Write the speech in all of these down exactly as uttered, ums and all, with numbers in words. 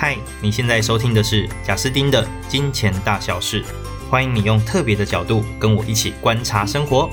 嗨，你现在收听的是贾斯汀的金钱大小事，欢迎你用特别的角度跟我一起观察生活。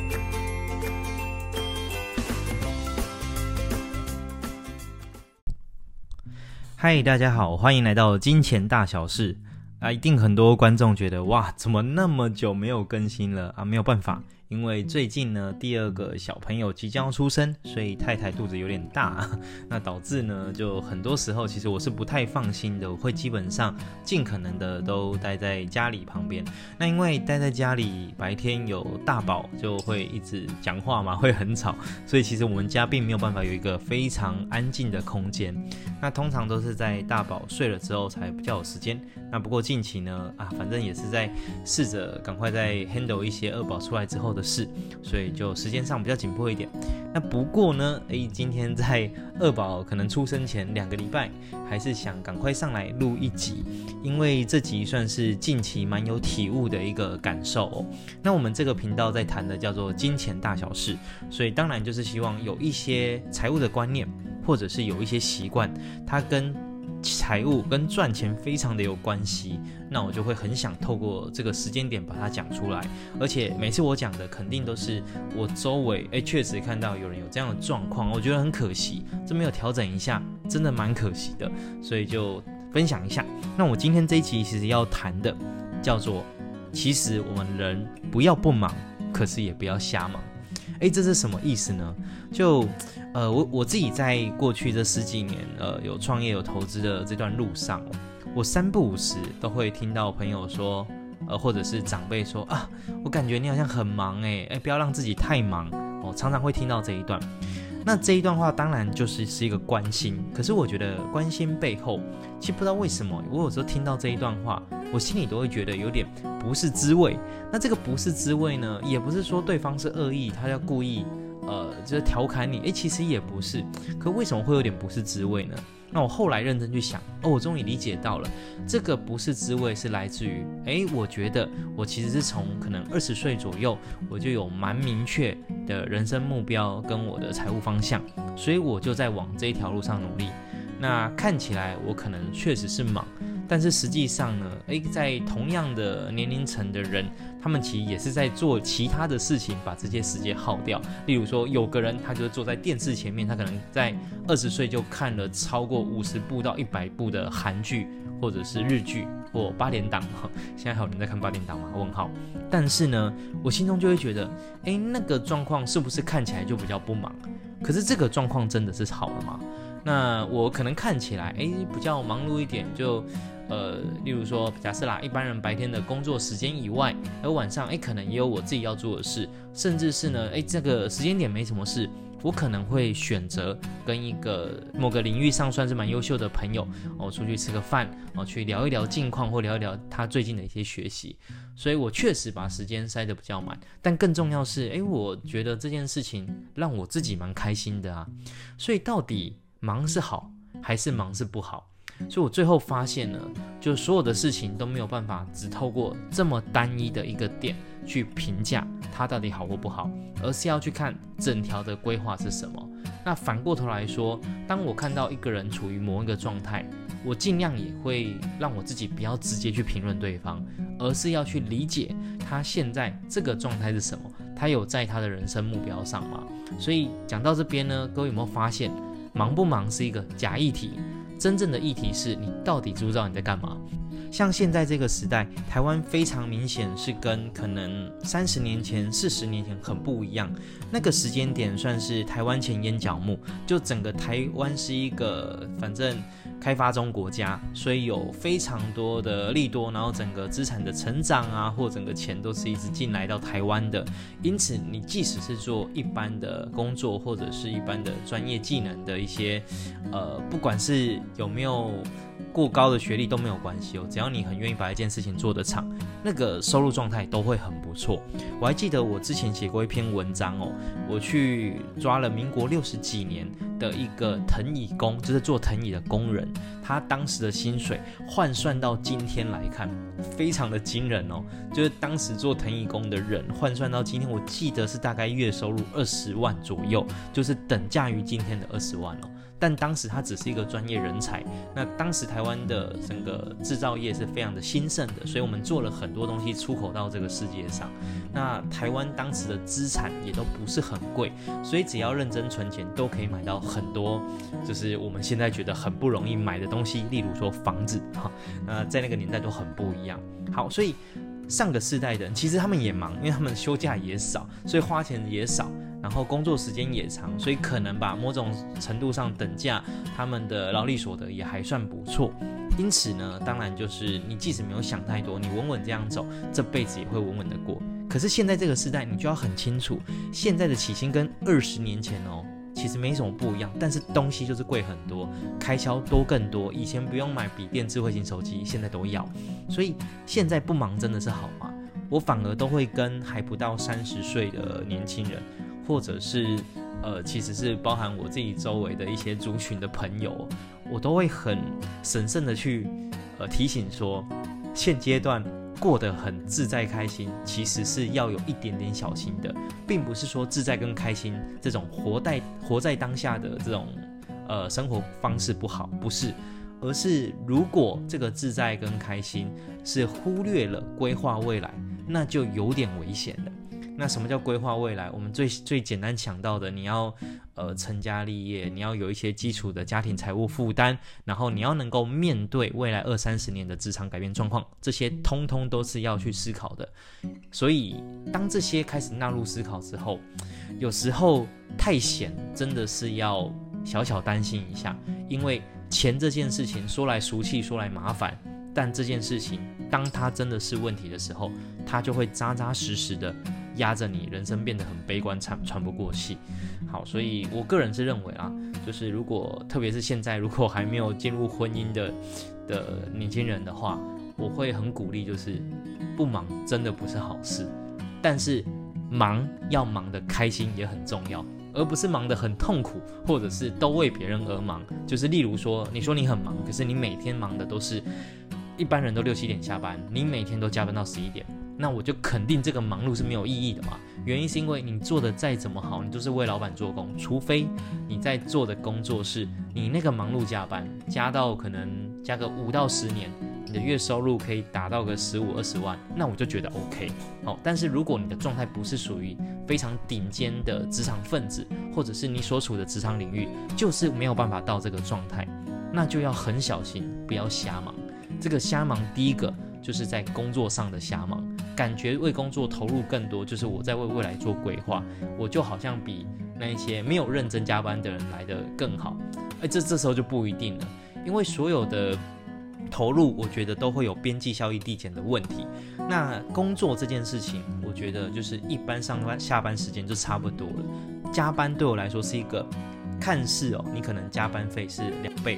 嗨，大家好，欢迎来到金钱大小事啊！一定很多观众觉得哇，怎么那么久没有更新了啊？没有办法，因为最近呢，第二个小朋友即将要出生，所以太太肚子有点大，那导致呢，就很多时候其实我是不太放心的，我会基本上尽可能的都待在家里旁边。那因为待在家里，白天有大宝就会一直讲话嘛，会很吵，所以其实我们家并没有办法有一个非常安静的空间。那通常都是在大宝睡了之后才比较有时间。那不过近期呢，啊，反正也是在试着赶快在 handle 一些二宝出来之后的事，所以就时间上比较紧迫一点。那不过呢，诶，今天在二宝可能出生前两个礼拜，还是想赶快上来录一集，因为这集算是近期蛮有体悟的一个感受哦。那我们这个频道在谈的叫做金钱大小事，所以当然就是希望有一些财务的观念，或者是有一些习惯，它跟财务跟赚钱非常的有关系，那我就会很想透过这个时间点把它讲出来。而且每次我讲的肯定都是我周围哎确实看到有人有这样的状况，我觉得很可惜，这没有调整一下真的蛮可惜的，所以就分享一下。那我今天这一期其实要谈的叫做其实我们人不要不忙，可是也不要瞎忙。哎，这是什么意思呢？就呃，我我自己在过去这十几年，呃，有创业有投资的这段路上，我三不五时都会听到朋友说，呃，或者是长辈说啊，我感觉你好像很忙哎，哎，不要让自己太忙哦，常常会听到这一段。那这一段话当然就是是一个关心，可是我觉得关心背后，其实不知道为什么，我有时候听到这一段话，我心里都会觉得有点不是滋味。那这个不是滋味呢，也不是说对方是恶意，他要故意呃，就是调侃你，哎，其实也不是。可为什么会有点不是滋味呢？那我后来认真去想，哦，我终于理解到了，这个不是滋味是来自于，哎，我觉得我其实是从可能二十岁左右，我就有蛮明确的人生目标跟我的财务方向，所以我就在往这一条路上努力。那看起来我可能确实是忙，但是实际上呢，诶，在同样的年龄层的人，他们其实也是在做其他的事情，把这些时间耗掉。例如说，有个人他就是坐在电视前面，他可能在二十岁就看了超过五十部到一百部的韩剧，或者是日剧或八点档。现在还有人在看八点档吗？问号。但是呢，我心中就会觉得，诶，那个状况是不是看起来就比较不忙？可是这个状况真的是好的吗？那我可能看起来，哎，比较忙碌一点，就，呃，例如说，假设啦，一般人白天的工作时间以外，而晚上，哎，可能也有我自己要做的事，甚至是呢，哎，这个时间点没什么事，我可能会选择跟一个某个领域上算是蛮优秀的朋友，哦，出去吃个饭，哦，去聊一聊近况或聊一聊他最近的一些学习，所以我确实把时间塞得比较满，但更重要是，哎，我觉得这件事情让我自己蛮开心的啊，所以到底忙是好还是忙是不好？所以我最后发现呢，就所有的事情都没有办法只透过这么单一的一个点去评价它到底好或不好，而是要去看整条的规划是什么。那反过头来说，当我看到一个人处于某一个状态，我尽量也会让我自己不要直接去评论对方，而是要去理解他现在这个状态是什么，他有在他的人生目标上吗？所以讲到这边呢，各位有没有发现，忙不忙是一个假议题，真正的议题是你到底知不知道你在干嘛。像现在这个时代，台湾非常明显是跟可能三十年前、四十年前很不一样。那个时间点算是台湾前烟角木，就整个台湾是一个反正开发中国家，所以有非常多的利多，然后整个资产的成长啊，或整个钱都是一直进来到台湾的。因此，你即使是做一般的工作，或者是一般的专业技能的一些，呃，不管是有没有过高的学历都没有关系哦，只要你很愿意把一件事情做得长，那个收入状态都会很不错。我还记得我之前写过一篇文章哦，我去抓了民国六十几年的一个藤椅工，就是做藤椅的工人，他当时的薪水换算到今天来看，非常的惊人哦。就是当时做藤椅工的人换算到今天，我记得是大概月收入二十万左右，就是等价于今天的二十万哦。但当时他只是一个专业人才，那当时台湾的整个制造业是非常的兴盛的，所以我们做了很多东西出口到这个世界上。那台湾当时的资产也都不是很贵，所以只要认真存钱，都可以买到很多，就是我们现在觉得很不容易买的东西，例如说房子哈，那在那个年代都很不一样。好，所以上个世代的人其实他们也忙，因为他们休假也少，所以花钱也少。然后工作时间也长，所以可能吧，某种程度上等价，他们的劳力所得也还算不错。因此呢，当然就是你即使没有想太多，你稳稳这样走，这辈子也会稳稳的过。可是现在这个时代，你就要很清楚，现在的起薪跟二十年前哦，其实没什么不一样，但是东西就是贵很多，开销多更多。以前不用买笔电、智慧型手机，现在都要。所以现在不忙真的是好吗？我反而都会跟还不到三十岁的年轻人。或者是呃，其实是包含我自己周围的一些族群的朋友，我都会很审慎的去呃提醒说，现阶段过得很自在开心，其实是要有一点点小心的，并不是说自在跟开心这种活在活在当下的这种呃生活方式不好，不是，而是如果这个自在跟开心是忽略了规划未来，那就有点危险了。那什么叫规划未来？我们最最简单想到的，你要呃成家立业，你要有一些基础的家庭财务负担，然后你要能够面对未来二三十年的职场改变状况，这些通通都是要去思考的。所以当这些开始纳入思考之后，有时候太闲真的是要小小担心一下，因为钱这件事情说来俗气，说来麻烦，但这件事情当它真的是问题的时候，它就会扎扎实实的压着你，人生变得很悲观，喘喘不过气。好，所以我个人是认为啊，就是如果特别是现在如果还没有进入婚姻的的年轻人的话，我会很鼓励，就是不忙真的不是好事，但是忙要忙得开心也很重要，而不是忙得很痛苦，或者是都为别人而忙。就是例如说，你说你很忙，可是你每天忙的都是一般人都六七点下班，你每天都加班到十一点，那我就肯定这个忙碌是没有意义的嘛。原因是因为你做的再怎么好，你都是为老板做工，除非你在做的工作是你那个忙碌加班加到可能加个五到十年，你的月收入可以达到个十五二十万，那我就觉得 OK。好，但是如果你的状态不是属于非常顶尖的职场分子，或者是你所处的职场领域就是没有办法到这个状态，那就要很小心，不要瞎忙。这个瞎忙，第一个就是在工作上的瞎忙，感觉为工作投入更多，就是我在为未来做规划，我就好像比那一些没有认真加班的人来得更好。而这这时候就不一定了，因为所有的投入，我觉得都会有边际效益递减的问题。那工作这件事情，我觉得就是一般上班下班时间就差不多了。加班对我来说是一个看似哦，你可能加班费是两倍。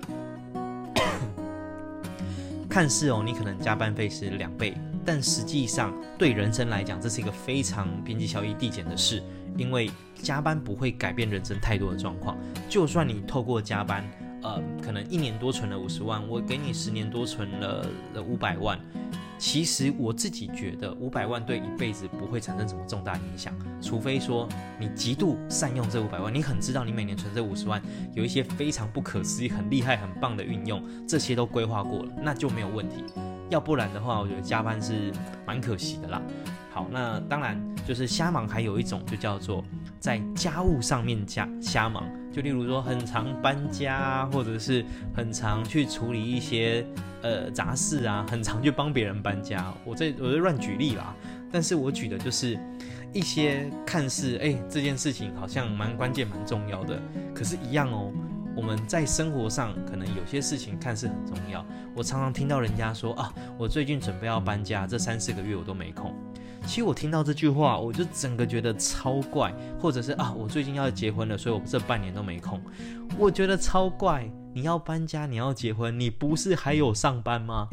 看似哦，你可能加班费是两倍，但实际上对人生来讲，这是一个非常边际效益递减的事，因为加班不会改变人生太多的状况。就算你透过加班，呃，可能一年多存了五十万，我给你十年多存了五百万，其实我自己觉得五百万对一辈子不会产生什么重大影响，除非说你极度善用这五百万，你很知道你每年存这五十万有一些非常不可思议、很厉害、很棒的运用，这些都规划过了，那就没有问题。要不然的话，我觉得加班是蛮可惜的啦。好，那当然就是瞎忙，还有一种就叫做在家务上面加瞎忙，就例如说很常搬家，或者是很常去处理一些呃杂事啊，很常去帮别人搬家。我这我在乱举例啦，但是我举的就是一些看似哎这件事情好像蛮关键蛮重要的，可是一样哦。我们在生活上可能有些事情看似很重要，我常常听到人家说啊，我最近准备要搬家，这三四个月我都没空。其实我听到这句话，我就整个觉得超怪，或者是啊，我最近要结婚了，所以我这半年都没空。我觉得超怪，你要搬家，你要结婚，你不是还有上班吗？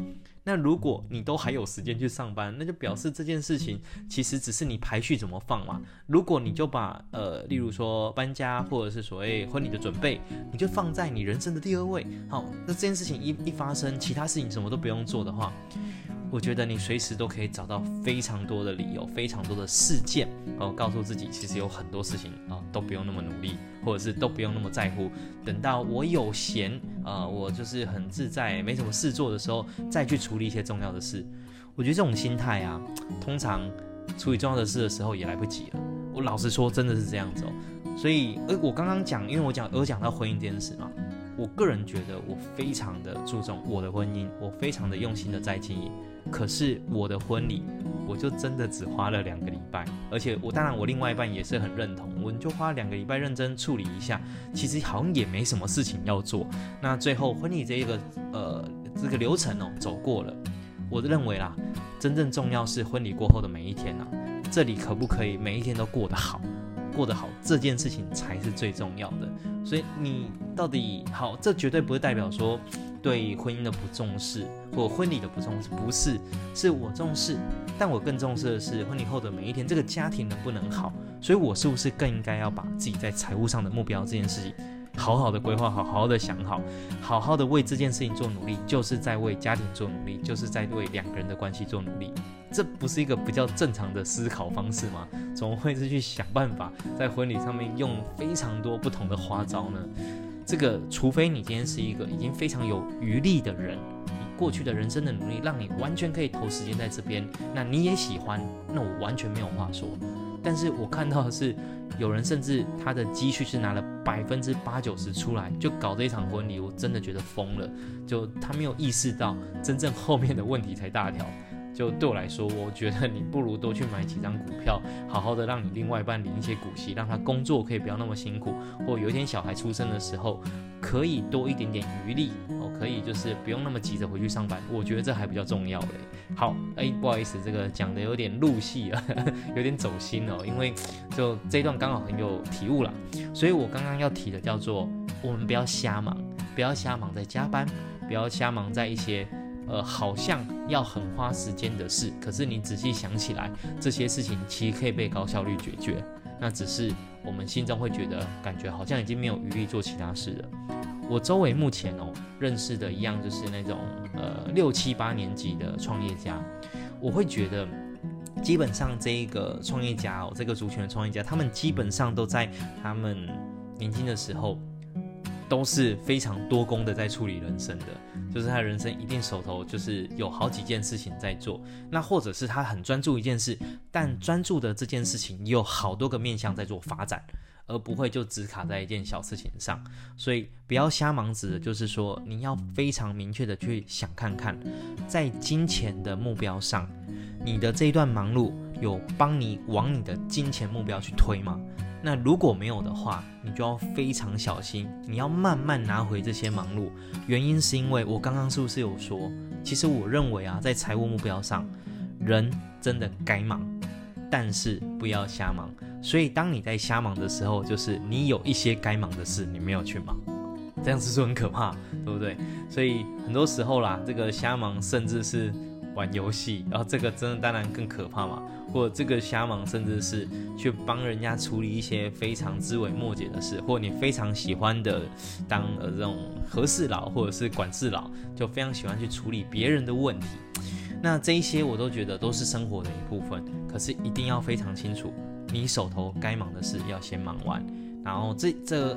那如果你都还有时间去上班，那就表示这件事情其实只是你排序怎么放嘛。如果你就把呃，例如说搬家或者是所谓婚礼的准备，你就放在你人生的第二位，好，那这件事情一一发生，其他事情什么都不用做的话，我觉得你随时都可以找到非常多的理由，非常多的事件，哦，告诉自己其实有很多事情啊、哦、都不用那么努力，或者是都不用那么在乎。等到我有闲，呃，我就是很自在，没什么事做的时候，再去处理一些重要的事。我觉得这种心态啊，通常处理重要的事的时候也来不及了。我老实说，真的是这样子哦。所以，呃，我刚刚讲，因为我讲我讲到婚姻这件事嘛。我个人觉得我非常的注重我的婚姻，我非常的用心的在经营。可是我的婚礼，我就真的只花了两个礼拜，而且我当然我另外一半也是很认同，我就花两个礼拜认真处理一下，其实好像也没什么事情要做。那最后婚礼这一个呃这个流程哦走过了，我认为啦，真正重要是婚礼过后的每一天啊，这里可不可以每一天都过得好？过得好这件事情才是最重要的。所以你到底好，这绝对不是代表说对婚姻的不重视或婚礼的不重视，不是，是我重视，但我更重视的是婚礼后的每一天，这个家庭能不能好。所以我是不是更应该要把自己在财务上的目标这件事情好好的规划好，好好的想好，好好的为这件事情做努力，就是在为家庭做努力，就是在为两个人的关系做努力。这不是一个比较正常的思考方式吗？怎么会是去想办法在婚礼上面用非常多不同的花招呢？这个除非你今天是一个已经非常有余力的人，你过去的人生的努力让你完全可以投时间在这边，那你也喜欢，那我完全没有话说。但是我看到的是，有人甚至他的积蓄是拿了百分之八九十出来，就搞这一场婚礼，我真的觉得疯了。就他没有意识到真正后面的问题才大条。就对我来说，我觉得你不如多去买几张股票，好好的让你另外一半领一些股息，让他工作可以不要那么辛苦，或有一天小孩出生的时候，可以多一点点余力，哦，可以就是不用那么急着回去上班，我觉得这还比较重要嘞。好，哎，不好意思，这个讲的有点入戏了，有点走心哦，因为就这一段刚好很有体悟啦，所以我刚刚要提的叫做，我们不要瞎忙，不要瞎忙在加班，不要瞎忙在一些。呃，好像要很花时间的事，可是你仔细想起来，这些事情其实可以被高效率解决。那只是我们心中会觉得，感觉好像已经没有余力做其他事了。我周围目前哦认识的一样，就是那种呃六七八年级的创业家，我会觉得。基本上这一个创业家哦，这个族群的创业家，他们基本上都在他们年轻的时候。都是非常多工的在处理人生的，就是他人生一定手头就是有好几件事情在做，那或者是他很专注一件事，但专注的这件事情也有好多个面向在做发展，而不会就只卡在一件小事情上。所以不要瞎忙，指的就是说你要非常明确的去想看看，在金钱的目标上，你的这一段忙碌有帮你往你的金钱目标去推吗？那如果没有的话，你就要非常小心，你要慢慢拿回这些忙碌。原因是因为我刚刚是不是有说，其实我认为啊，在财务目标上，人真的该忙，但是不要瞎忙。所以当你在瞎忙的时候，就是你有一些该忙的事你没有去忙，这样子是很可怕，对不对？所以很多时候啦，这个瞎忙甚至是玩游戏，然后这个真的当然更可怕嘛。或者这个瞎忙，甚至是去帮人家处理一些非常枝微末节的事，或你非常喜欢的当呃这种和事佬或者是管事佬，就非常喜欢去处理别人的问题。那这一些我都觉得都是生活的一部分，可是一定要非常清楚，你手头该忙的事要先忙完，然后这这。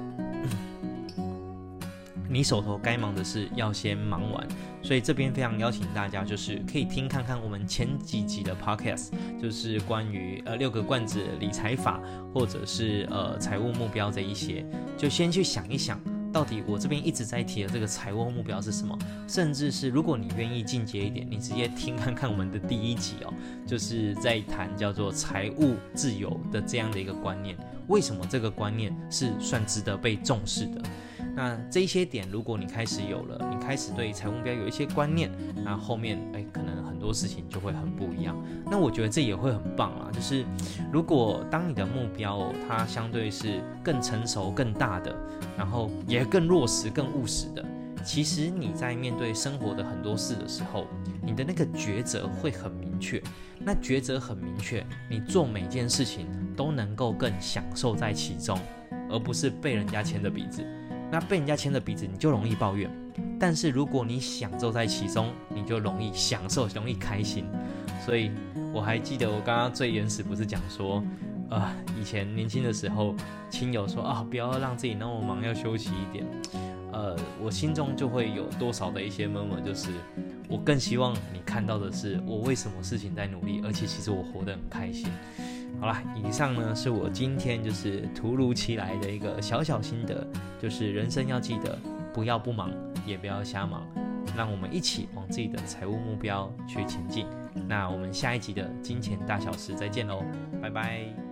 你手头该忙的事要先忙完，所以这边非常邀请大家，就是可以听看看我们前几集的 podcast， 就是关于呃六个罐子理财法，或者是呃财务目标这一些，就先去想一想，到底我这边一直在提的这个财务目标是什么？甚至是如果你愿意进阶一点，你直接听看看我们的第一集哦，就是在谈叫做财务自由的这样的一个观念，为什么这个观念是算值得被重视的？那这一些点，如果你开始有了，你开始对财务目标有一些观念，那后面哎，可能很多事情就会很不一样。那我觉得这也会很棒啦，就是如果当你的目标哦，它相对是更成熟、更大的，然后也更落实、更务实的，其实你在面对生活的很多事的时候， 你的那个抉择会很明确。那抉择很明确，你做每件事情都能够更享受在其中，而不是被人家牵着鼻子。那被人家牵着鼻子，你就容易抱怨。但是如果你享受在其中，你就容易享受，容易开心。所以我还记得我刚刚最原始不是讲说，呃，以前年轻的时候，亲友说啊，不要让自己那么忙，要休息一点。呃，我心中就会有多少的一些闷闷，就是我更希望你看到的是我为什么事情在努力，而且其实我活得很开心。好啦，以上呢是我今天就是突如其来的一个小小心得，就是人生要记得不要不忙，也不要瞎忙，让我们一起往自己的财务目标去前进。那我们下一集的金钱大小事再见喽，拜拜。